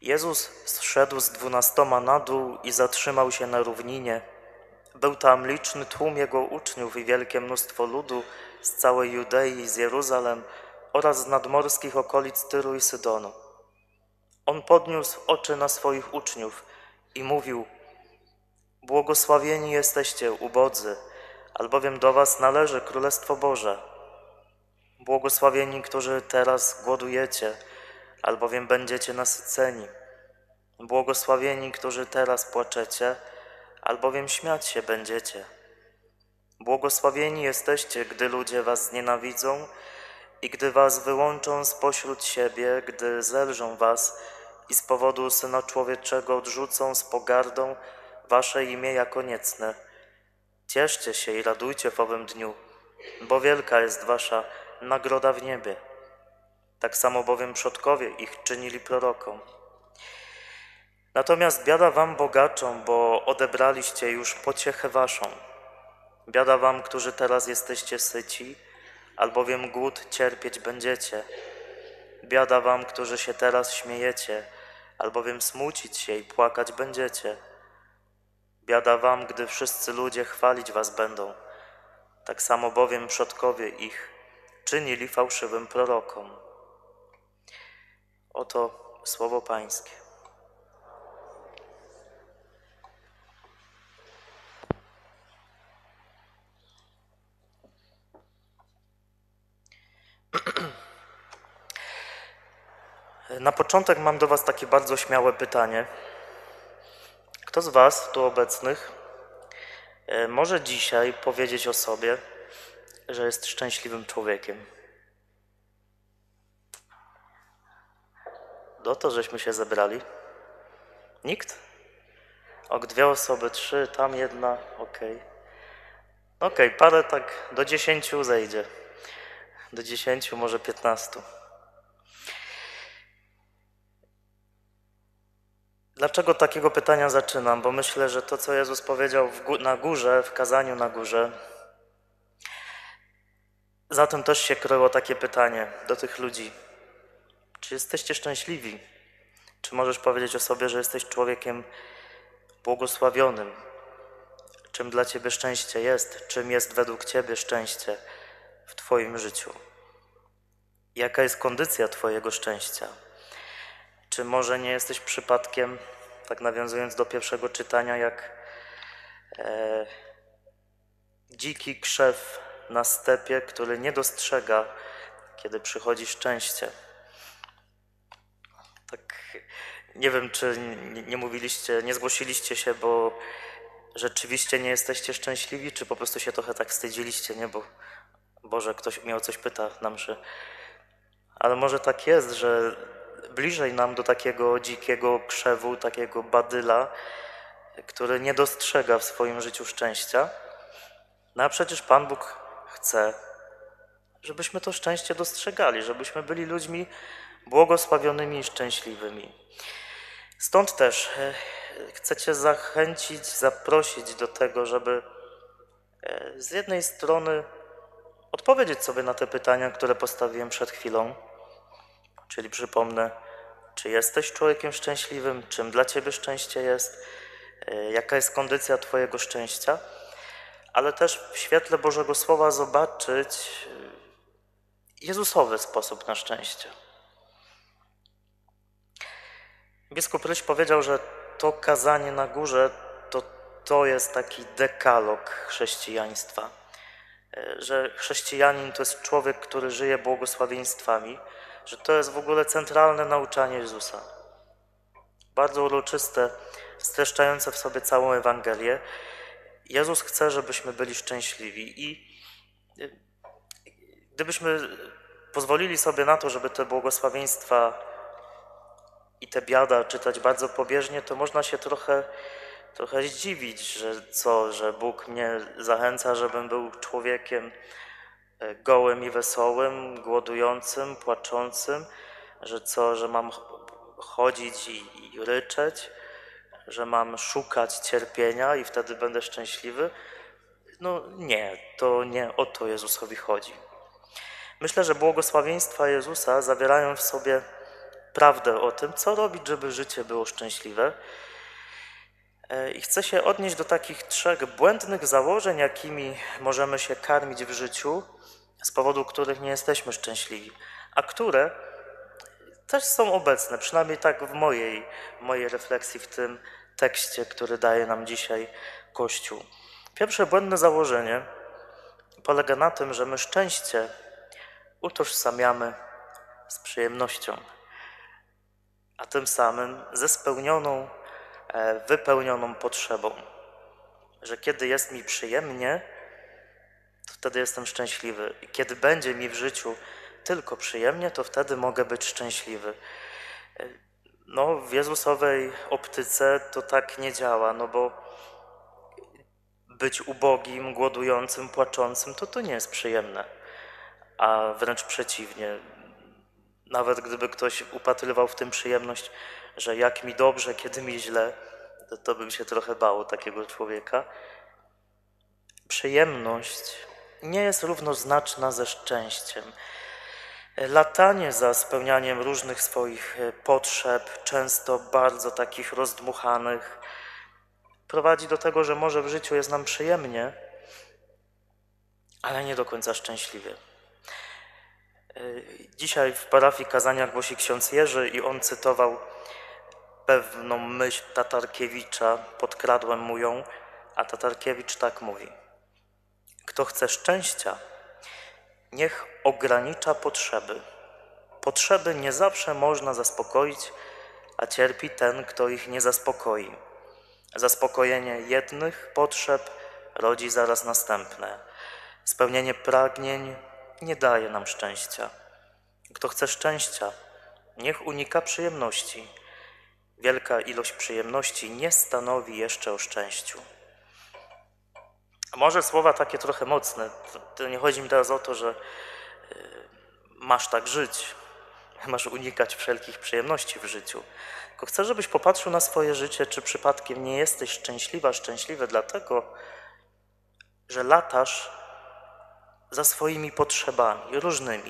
Jezus zszedł z 12 na dół i zatrzymał się na równinie. Był tam liczny tłum Jego uczniów i wielkie mnóstwo ludu z całej Judei i z Jeruzalem oraz z nadmorskich okolic Tyru i Sydonu. On podniósł oczy na swoich uczniów i mówił: Błogosławieni jesteście ubodzy, albowiem do was należy Królestwo Boże. Błogosławieni, którzy teraz głodujecie, albowiem będziecie nasyceni. Błogosławieni, którzy teraz płaczecie, albowiem śmiać się będziecie. Błogosławieni jesteście, gdy ludzie was znienawidzą i gdy was wyłączą spośród siebie, gdy zelżą was i z powodu Syna Człowieczego odrzucą z pogardą wasze imię jako niecne. Cieszcie się i radujcie w owym dniu, bo wielka jest wasza nagroda w niebie. Tak samo bowiem przodkowie ich czynili prorokom. Natomiast biada wam bogaczom, bo odebraliście już pociechę waszą. Biada wam, którzy teraz jesteście syci, albowiem głód cierpieć będziecie. Biada wam, którzy się teraz śmiejecie, albowiem smucić się i płakać będziecie. Biada wam, gdy wszyscy ludzie chwalić was będą. Tak samo bowiem przodkowie ich czynili fałszywym prorokom. Oto słowo Pańskie. Na początek mam do was takie bardzo śmiałe pytanie. Kto z was tu obecnych może dzisiaj powiedzieć o sobie, że jest szczęśliwym człowiekiem? Do to, żeśmy się zebrali. Nikt? Ok, 2 osoby, 3, tam jedna, okej, parę tak do 10 zejdzie. Do 10, może 15. Dlaczego takiego pytania zaczynam? Bo myślę, że to, co Jezus powiedział na górze, w kazaniu na górze, za tym też się kryło takie pytanie do tych ludzi. Czy jesteście szczęśliwi? Czy możesz powiedzieć o sobie, że jesteś człowiekiem błogosławionym? Czym dla Ciebie szczęście jest? Czym jest według Ciebie szczęście w Twoim życiu? Jaka jest kondycja Twojego szczęścia? Czy może nie jesteś przypadkiem, tak nawiązując do pierwszego czytania, jak dziki krzew na stepie, który nie dostrzega, kiedy przychodzi szczęście? Tak, nie wiem, czy nie mówiliście, nie zgłosiliście się, bo rzeczywiście nie jesteście szczęśliwi, czy po prostu się trochę tak wstydziliście, nie? Bo Boże, ktoś mnie o coś pyta na mszy. Ale może tak jest, że bliżej nam do takiego dzikiego krzewu, takiego badyla, który nie dostrzega w swoim życiu szczęścia. No a przecież Pan Bóg chce, żebyśmy to szczęście dostrzegali, żebyśmy byli ludźmi błogosławionymi i szczęśliwymi. Stąd też chcę Cię zachęcić, zaprosić do tego, żeby z jednej strony odpowiedzieć sobie na te pytania, które postawiłem przed chwilą, czyli przypomnę, czy jesteś człowiekiem szczęśliwym, czym dla Ciebie szczęście jest, jaka jest kondycja Twojego szczęścia, ale też w świetle Bożego Słowa zobaczyć Jezusowy sposób na szczęście. Biskup Ryś powiedział, że to kazanie na górze to jest taki dekalog chrześcijaństwa, że chrześcijanin to jest człowiek, który żyje błogosławieństwami, że to jest w ogóle centralne nauczanie Jezusa. Bardzo uroczyste, streszczające w sobie całą Ewangelię. Jezus chce, żebyśmy byli szczęśliwi i gdybyśmy pozwolili sobie na to, żeby te błogosławieństwa i te biada czytać bardzo pobieżnie, to można się trochę zdziwić, że Bóg mnie zachęca, żebym był człowiekiem gołym i wesołym, głodującym, płaczącym, że mam chodzić i ryczeć, że mam szukać cierpienia i wtedy będę szczęśliwy. No nie, to nie o to Jezusowi chodzi. Myślę, że błogosławieństwa Jezusa zawierają w sobie prawdę o tym, co robić, żeby życie było szczęśliwe. I chcę się odnieść do takich 3 błędnych założeń, jakimi możemy się karmić w życiu, z powodu których nie jesteśmy szczęśliwi, a które też są obecne, przynajmniej tak w mojej refleksji w tym tekście, który daje nam dzisiaj Kościół. Pierwsze błędne założenie polega na tym, że my szczęście utożsamiamy z przyjemnością, a tym samym ze spełnioną, wypełnioną potrzebą. Że kiedy jest mi przyjemnie, to wtedy jestem szczęśliwy. I kiedy będzie mi w życiu tylko przyjemnie, to wtedy mogę być szczęśliwy. No, w Jezusowej optyce to tak nie działa, no bo być ubogim, głodującym, płaczącym, to nie jest przyjemne. A wręcz przeciwnie. Nawet gdyby ktoś upatrywał w tym przyjemność, że jak mi dobrze, kiedy mi źle, to bym się trochę bał takiego człowieka. Przyjemność nie jest równoznaczna ze szczęściem. Latanie za spełnianiem różnych swoich potrzeb, często bardzo takich rozdmuchanych, prowadzi do tego, że może w życiu jest nam przyjemnie, ale nie do końca szczęśliwie. Dzisiaj w parafii kazania głosi ksiądz Jerzy i on cytował pewną myśl Tatarkiewicza, podkradłem mu ją, a Tatarkiewicz tak mówi: kto chce szczęścia, niech ogranicza potrzeby. Potrzeby nie zawsze można zaspokoić, a cierpi ten, kto ich nie zaspokoi. Zaspokojenie jednych potrzeb rodzi zaraz następne. Spełnienie pragnień nie daje nam szczęścia. Kto chce szczęścia, niech unika przyjemności. Wielka ilość przyjemności nie stanowi jeszcze o szczęściu. A może słowa takie trochę mocne. To nie chodzi mi teraz o to, że masz tak żyć, masz unikać wszelkich przyjemności w życiu. Tylko chcę, żebyś popatrzył na swoje życie, czy przypadkiem nie jesteś szczęśliwa, szczęśliwy dlatego, że latasz za swoimi potrzebami różnymi.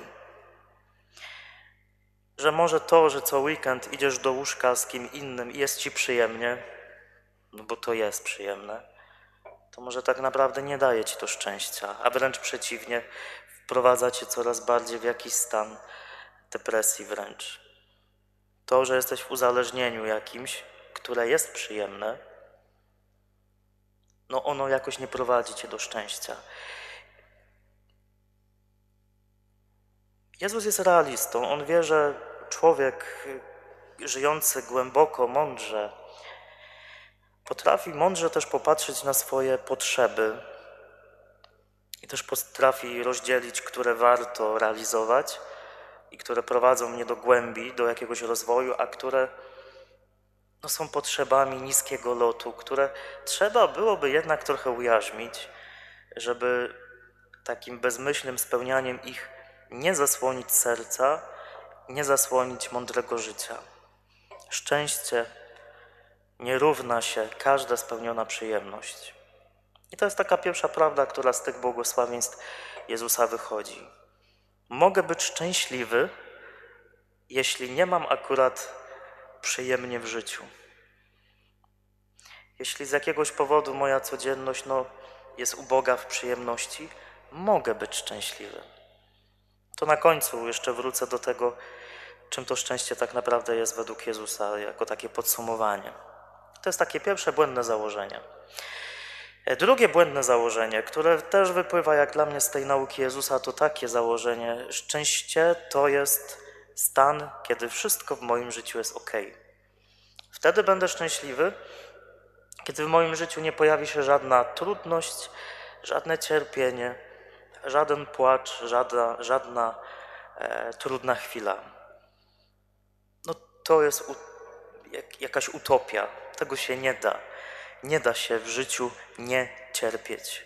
Że może to, że co weekend idziesz do łóżka z kim innym i jest ci przyjemnie, no bo to jest przyjemne, to może tak naprawdę nie daje ci to szczęścia, a wręcz przeciwnie, wprowadza cię coraz bardziej w jakiś stan depresji wręcz. To, że jesteś w uzależnieniu jakimś, które jest przyjemne, no ono jakoś nie prowadzi cię do szczęścia. Jezus jest realistą. On wie, że człowiek żyjący głęboko, mądrze, potrafi mądrze też popatrzeć na swoje potrzeby i też potrafi rozdzielić, które warto realizować i które prowadzą mnie do głębi, do jakiegoś rozwoju, a które są potrzebami niskiego lotu, które trzeba byłoby jednak trochę ujarzmić, żeby takim bezmyślnym spełnianiem ich nie zasłonić serca, nie zasłonić mądrego życia. Szczęście nie równa się każda spełniona przyjemność. I to jest taka pierwsza prawda, która z tych błogosławieństw Jezusa wychodzi. Mogę być szczęśliwy, jeśli nie mam akurat przyjemnie w życiu. Jeśli z jakiegoś powodu moja codzienność jest uboga w przyjemności, mogę być szczęśliwy. To na końcu jeszcze wrócę do tego, czym to szczęście tak naprawdę jest według Jezusa, jako takie podsumowanie. To jest takie pierwsze błędne założenie. Drugie błędne założenie, które też wypływa jak dla mnie z tej nauki Jezusa, to takie założenie: szczęście to jest stan, kiedy wszystko w moim życiu jest ok. Wtedy będę szczęśliwy, kiedy w moim życiu nie pojawi się żadna trudność, żadne cierpienie, żaden płacz, żadna trudna chwila. To jest jakaś utopia. Tego się nie da. Nie da się w życiu nie cierpieć.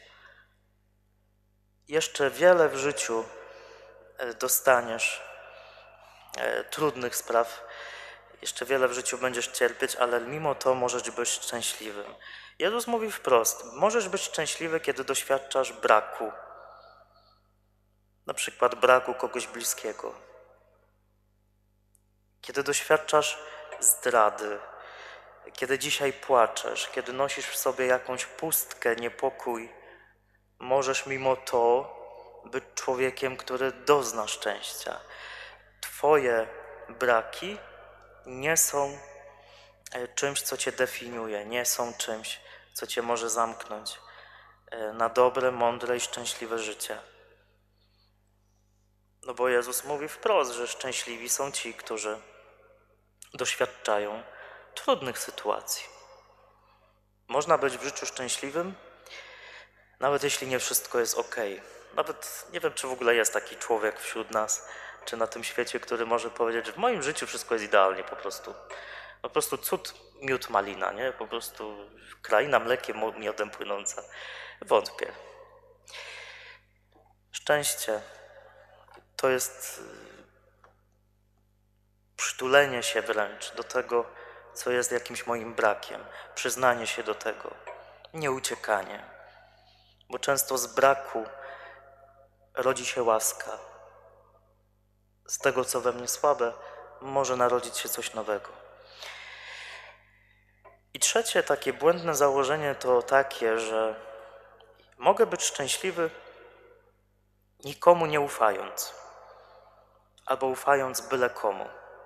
Jeszcze wiele w życiu dostaniesz trudnych spraw, jeszcze wiele w życiu będziesz cierpieć, ale mimo to możesz być szczęśliwym. Jezus mówi wprost: możesz być szczęśliwy, kiedy doświadczasz braku. Na przykład braku kogoś bliskiego. Kiedy doświadczasz zdrady, kiedy dzisiaj płaczesz, kiedy nosisz w sobie jakąś pustkę, niepokój, możesz mimo to być człowiekiem, który dozna szczęścia. Twoje braki nie są czymś, co cię definiuje, nie są czymś, co cię może zamknąć na dobre, mądre i szczęśliwe życie. No bo Jezus mówi wprost, że szczęśliwi są ci, którzy doświadczają trudnych sytuacji. Można być w życiu szczęśliwym, nawet jeśli nie wszystko jest ok. Nawet nie wiem, czy w ogóle jest taki człowiek wśród nas, czy na tym świecie, który może powiedzieć, że w moim życiu wszystko jest idealnie po prostu. Po prostu cud, miód, malina, nie? Po prostu kraina mlekiem, miodem płynąca. Wątpię. Szczęście to jest przytulenie się wręcz do tego, co jest jakimś moim brakiem, przyznanie się do tego, nie uciekanie. Bo często z braku rodzi się łaska. Z tego, co we mnie słabe, może narodzić się coś nowego. I trzecie takie błędne założenie to takie, że mogę być szczęśliwy nikomu nie ufając, albo ufając byle komu.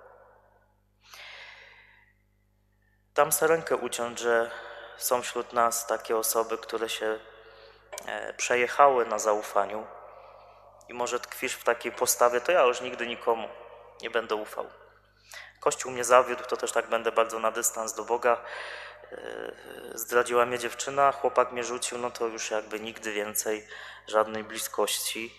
Dam sobie rękę uciąć, że są wśród nas takie osoby, które się przejechały na zaufaniu i może tkwisz w takiej postawie, to ja już nigdy nikomu nie będę ufał. Kościół mnie zawiódł, to też tak będę bardzo na dystans do Boga. Zdradziła mnie dziewczyna, chłopak mnie rzucił, no to już jakby nigdy więcej żadnej bliskości.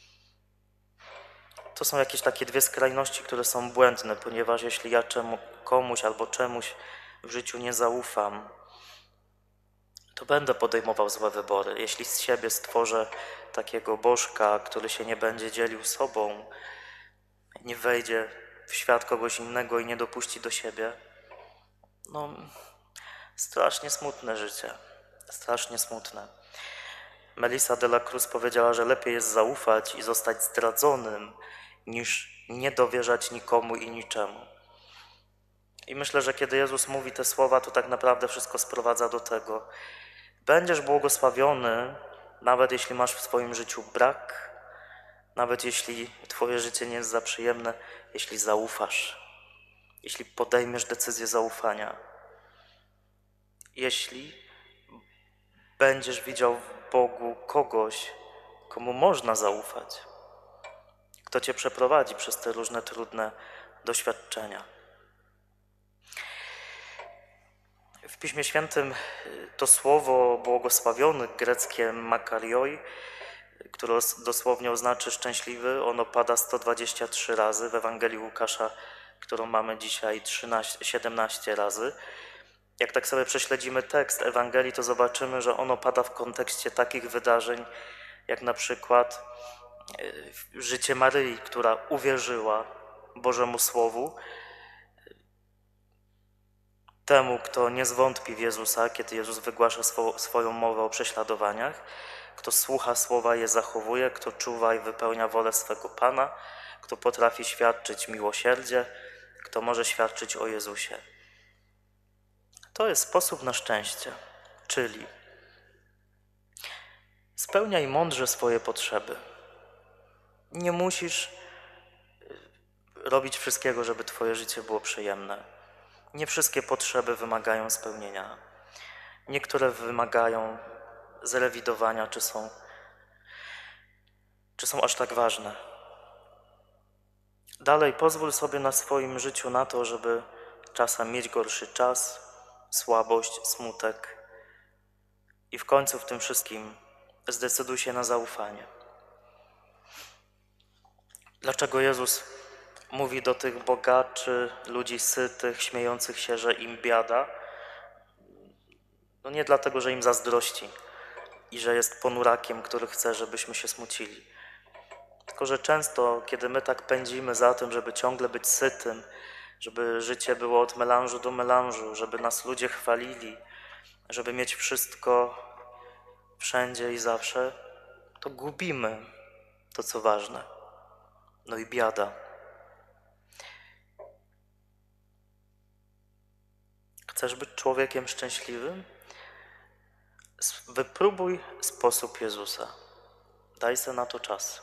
To są jakieś takie dwie skrajności, które są błędne, ponieważ jeśli ja komuś albo czemuś w życiu nie zaufam, to będę podejmował złe wybory. Jeśli z siebie stworzę takiego bożka, który się nie będzie dzielił sobą, nie wejdzie w świat kogoś innego i nie dopuści do siebie, no strasznie smutne życie, strasznie smutne. Melissa de la Cruz powiedziała, że lepiej jest zaufać i zostać zdradzonym, niż nie dowierzać nikomu i niczemu. I myślę, że kiedy Jezus mówi te słowa, to tak naprawdę wszystko sprowadza do tego. Będziesz błogosławiony, nawet jeśli masz w swoim życiu brak, nawet jeśli twoje życie nie jest za przyjemne, jeśli zaufasz, jeśli podejmiesz decyzję zaufania, jeśli będziesz widział w Bogu kogoś, komu można zaufać, kto cię przeprowadzi przez te różne trudne doświadczenia. W Piśmie Świętym to słowo błogosławiony, greckie makarioi, które dosłownie oznacza szczęśliwy, ono pada 123 razy. W Ewangelii Łukasza, którą mamy dzisiaj, 17 razy. Jak tak sobie prześledzimy tekst Ewangelii, to zobaczymy, że ono pada w kontekście takich wydarzeń, jak na przykład życie Maryi, która uwierzyła Bożemu Słowu, temu, kto nie zwątpi w Jezusa, kiedy Jezus wygłasza swoją mowę o prześladowaniach, kto słucha słowa i je zachowuje, kto czuwa i wypełnia wolę swego Pana, kto potrafi świadczyć miłosierdzie, kto może świadczyć o Jezusie. To jest sposób na szczęście, czyli spełniaj mądrze swoje potrzeby. Nie musisz robić wszystkiego, żeby twoje życie było przyjemne. Nie wszystkie potrzeby wymagają spełnienia. Niektóre wymagają zrewidowania, czy są aż tak ważne. Dalej pozwól sobie na swoim życiu na to, żeby czasem mieć gorszy czas, słabość, smutek i w końcu w tym wszystkim zdecyduj się na zaufanie. Dlaczego Jezus mówi do tych bogaczy, ludzi sytych, śmiejących się, że im biada? No nie dlatego, że im zazdrości i że jest ponurakiem, który chce, żebyśmy się smucili. Tylko że często, kiedy my tak pędzimy za tym, żeby ciągle być sytym, żeby życie było od melanżu do melanżu, żeby nas ludzie chwalili, żeby mieć wszystko wszędzie i zawsze, to gubimy to, co ważne. No i biada. Chcesz być człowiekiem szczęśliwym? Wypróbuj sposób Jezusa. Daj sobie na to czas.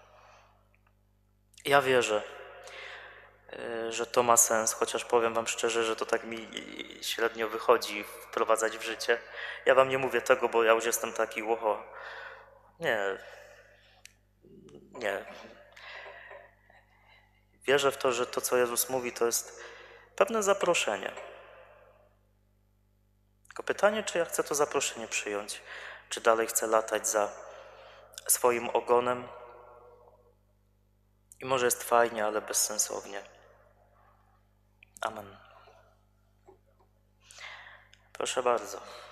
Ja wierzę, że to ma sens, chociaż powiem wam szczerze, że to tak mi średnio wychodzi wprowadzać w życie. Ja wam nie mówię tego, bo ja już jestem taki łocho. Nie, nie. Wierzę w to, że to, co Jezus mówi, to jest pewne zaproszenie. Tylko pytanie, czy ja chcę to zaproszenie przyjąć, czy dalej chcę latać za swoim ogonem i może jest fajnie, ale bezsensownie. Amen. Proszę bardzo.